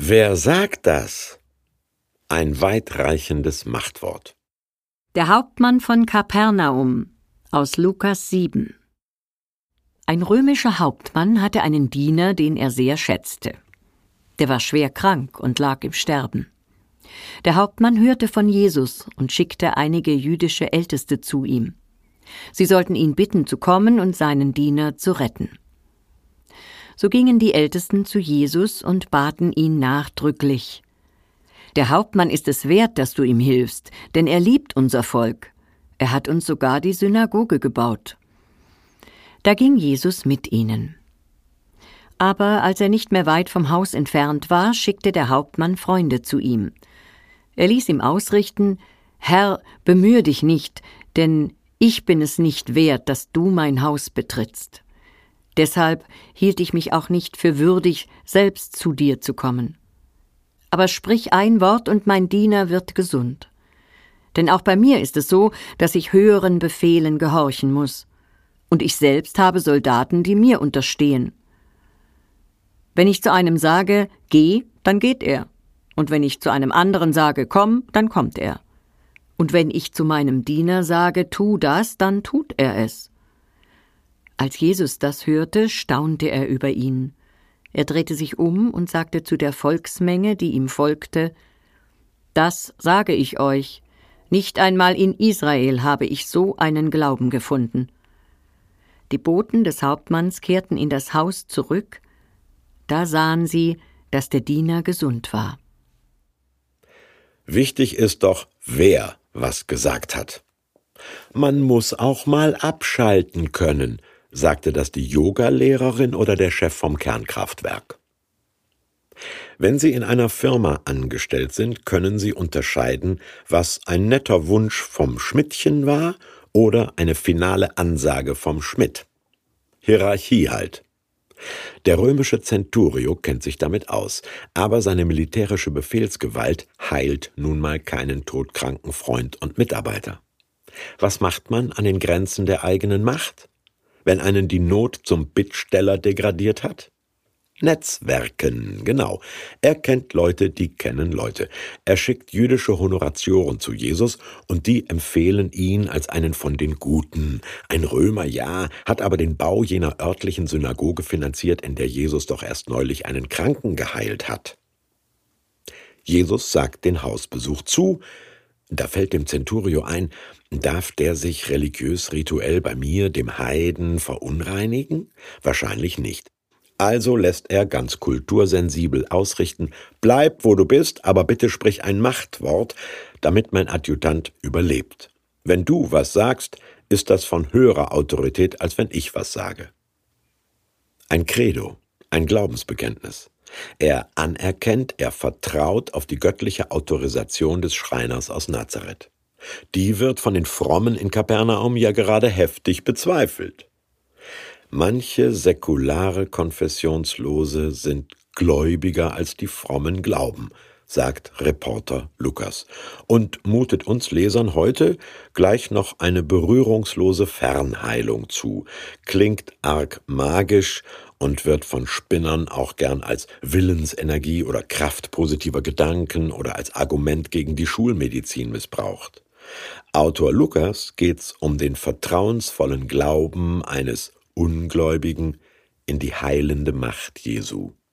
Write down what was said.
Wer sagt das? Ein weitreichendes Machtwort. Der Hauptmann von Kapernaum aus Lukas 7. Ein römischer Hauptmann hatte einen Diener, den er sehr schätzte. Der war schwer krank und lag im Sterben. Der Hauptmann hörte von Jesus und schickte einige jüdische Älteste zu ihm. Sie sollten ihn bitten, zu kommen und seinen Diener zu retten. So gingen die Ältesten zu Jesus und baten ihn nachdrücklich: Der Hauptmann ist es wert, dass du ihm hilfst, denn er liebt unser Volk. Er hat uns sogar die Synagoge gebaut. Da ging Jesus mit ihnen. Aber als er nicht mehr weit vom Haus entfernt war, schickte der Hauptmann Freunde zu ihm. Er ließ ihm ausrichten: Herr, bemühe dich nicht, denn ich bin es nicht wert, dass du mein Haus betrittst. Deshalb hielt ich mich auch nicht für würdig, selbst zu dir zu kommen. Aber sprich ein Wort und mein Diener wird gesund. Denn auch bei mir ist es so, dass ich höheren Befehlen gehorchen muss. Und ich selbst habe Soldaten, die mir unterstehen. Wenn ich zu einem sage, geh, dann geht er. Und wenn ich zu einem anderen sage, komm, dann kommt er. Und wenn ich zu meinem Diener sage, tu das, dann tut er es. Als Jesus das hörte, staunte er über ihn. Er drehte sich um und sagte zu der Volksmenge, die ihm folgte: Das sage ich euch, nicht einmal in Israel habe ich so einen Glauben gefunden. Die Boten des Hauptmanns kehrten in das Haus zurück. Da sahen sie, dass der Diener gesund war. Wichtig ist doch, wer was gesagt hat. Man muss auch mal abschalten können. Sagte das die Yogalehrerin oder der Chef vom Kernkraftwerk? Wenn Sie in einer Firma angestellt sind, können Sie unterscheiden, was ein netter Wunsch vom Schmidtchen war oder eine finale Ansage vom Schmidt. Hierarchie halt. Der römische Centurio kennt sich damit aus, aber seine militärische Befehlsgewalt heilt nun mal keinen todkranken Freund und Mitarbeiter. Was macht man an den Grenzen der eigenen Macht, wenn einen die Not zum Bittsteller degradiert hat? Netzwerken, genau. Er kennt Leute, die kennen Leute. Er schickt jüdische Honoratioren zu Jesus und die empfehlen ihn als einen von den Guten. Ein Römer, ja, hat aber den Bau jener örtlichen Synagoge finanziert, in der Jesus doch erst neulich einen Kranken geheilt hat. Jesus sagt den Hausbesuch zu. Da fällt dem Centurio ein: Darf der sich religiös-rituell bei mir, dem Heiden, verunreinigen? Wahrscheinlich nicht. Also lässt er ganz kultursensibel ausrichten: Bleib, wo du bist, aber bitte sprich ein Machtwort, damit mein Adjutant überlebt. Wenn du was sagst, ist das von höherer Autorität, als wenn ich was sage. Ein Credo, ein Glaubensbekenntnis. Er anerkennt, er vertraut auf die göttliche Autorisation des Schreiners aus Nazareth. Die wird von den Frommen in Kapernaum ja gerade heftig bezweifelt. Manche säkulare Konfessionslose sind gläubiger als die Frommen glauben, sagt Reporter Lukas und mutet uns Lesern heute gleich noch eine berührungslose Fernheilung zu. Klingt arg magisch und wird von Spinnern auch gern als Willensenergie oder Kraft positiver Gedanken oder als Argument gegen die Schulmedizin missbraucht. Autor Lukas geht's um den vertrauensvollen Glauben eines Ungläubigen in die heilende Macht Jesu.